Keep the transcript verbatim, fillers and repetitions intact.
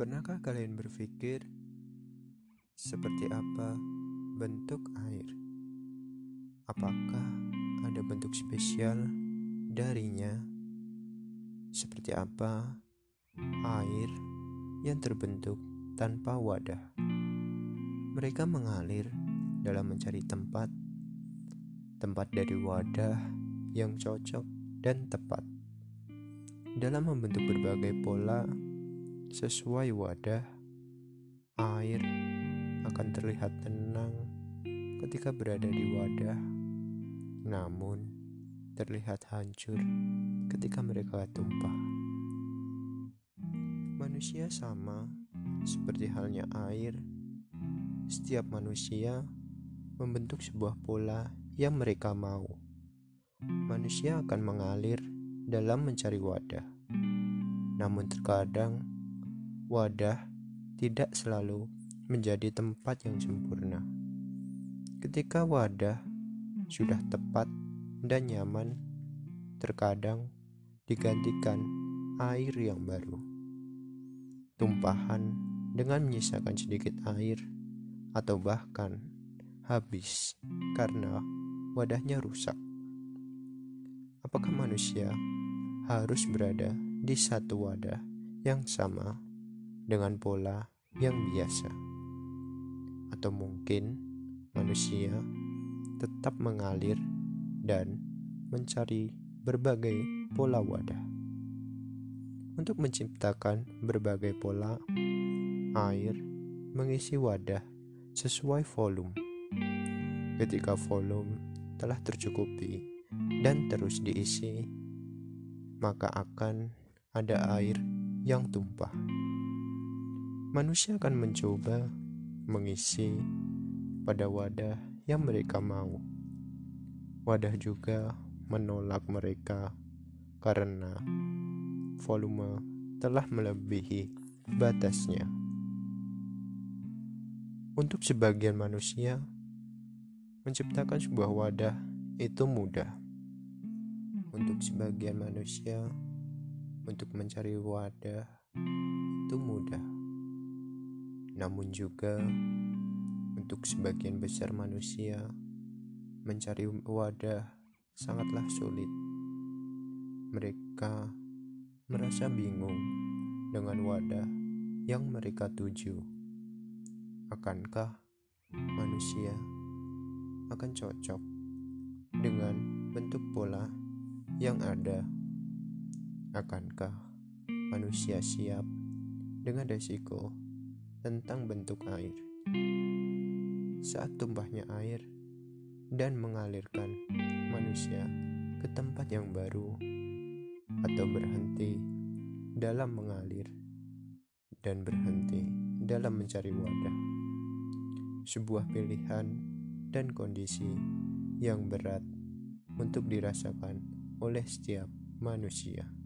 Pernahkah kalian berpikir seperti apa bentuk air? Apakah ada bentuk spesial darinya? Seperti apa air yang terbentuk tanpa wadah? Mereka mengalir dalam mencari tempat, tempat dari wadah yang cocok dan tepat. Dalam membentuk berbagai pola sesuai wadah, air akan terlihat tenang ketika berada di wadah, namun terlihat hancur ketika mereka tumpah. Manusia sama seperti halnya air. Setiap manusia membentuk sebuah pola yang mereka mau. Manusia akan mengalir dalam mencari wadah, namun terkadang wadah tidak selalu menjadi tempat yang sempurna. Ketika wadah sudah tepat dan nyaman, terkadang digantikan air yang baru. Tumpahan dengan menyisakan sedikit air atau bahkan habis karena wadahnya rusak. Apakah manusia harus berada di satu wadah yang sama dengan pola yang biasa? Atau mungkin manusia tetap mengalir dan mencari berbagai pola wadah? Untuk menciptakan berbagai pola, air mengisi wadah sesuai volume. Ketika volume telah tercukupi dan terus diisi, maka akan ada air yang tumpah. Manusia akan mencoba mengisi pada wadah yang mereka mau. Wadah juga menolak mereka karena volume telah melebihi batasnya. Untuk sebagian manusia, menciptakan sebuah wadah itu mudah. Untuk sebagian manusia, untuk mencari wadah itu mudah. Namun juga untuk sebagian besar manusia, mencari wadah sangatlah sulit. Mereka merasa bingung dengan wadah yang mereka tuju. Akankah manusia akan cocok dengan bentuk pola yang ada? Akankah manusia siap dengan resiko tentang bentuk air? Saat tumpahnya air dan mengalirkan manusia ke tempat yang baru, atau berhenti dalam mengalir dan berhenti dalam mencari wadah. Sebuah pilihan dan kondisi yang berat untuk dirasakan oleh setiap manusia.